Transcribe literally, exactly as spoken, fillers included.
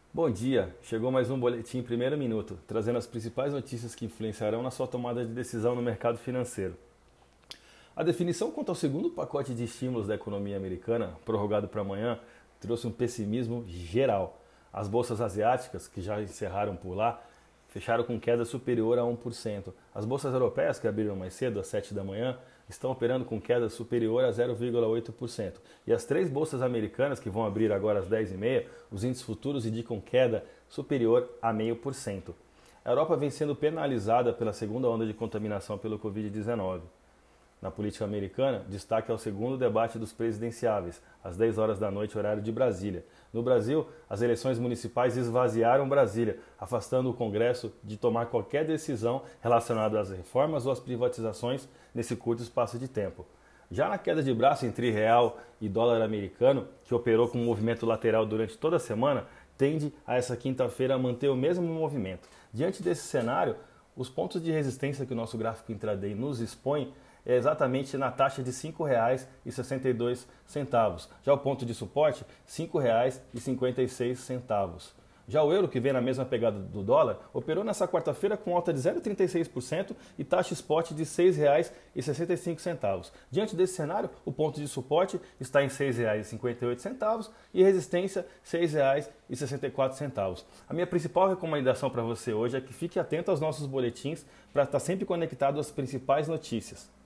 Bom dia, chegou mais um boletim primeiro minuto, trazendo as principais notícias que influenciarão na sua tomada de decisão no mercado financeiro. A definição quanto ao segundo pacote de estímulos da economia americana, prorrogado para amanhã, trouxe um pessimismo geral. As bolsas asiáticas, que já encerraram por lá, fecharam com queda superior a um por cento. As bolsas europeias, que abriram mais cedo, às sete da manhã, estão operando com queda superior a zero vírgula oito por cento. E as três bolsas americanas, que vão abrir agora às dez e meia, os índices futuros indicam queda superior a zero vírgula cinco por cento. A Europa vem sendo penalizada pela segunda onda de contaminação pelo covid dezenove. Na política americana, destaque ao segundo debate dos presidenciáveis, às dez horas da noite, horário de Brasília. No Brasil, as eleições municipais esvaziaram Brasília, afastando o Congresso de tomar qualquer decisão relacionada às reformas ou às privatizações nesse curto espaço de tempo. Já na queda de braço entre real e dólar americano, que operou com um movimento lateral durante toda a semana, tende a essa quinta-feira a manter o mesmo movimento. Diante desse cenário, os pontos de resistência que o nosso gráfico intraday nos expõe é exatamente na taxa de cinco reais e sessenta e dois centavos. Já o ponto de suporte, cinco reais e cinquenta e seis centavos. Já o euro, que vem na mesma pegada do dólar, operou nessa quarta-feira com alta de zero vírgula trinta e seis por cento e taxa spot de seis reais e sessenta e cinco centavos. Diante desse cenário, o ponto de suporte está em seis reais e cinquenta e oito centavos e resistência seis reais e sessenta e quatro centavos. A minha principal recomendação para você hoje é que fique atento aos nossos boletins para estar sempre conectado às principais notícias.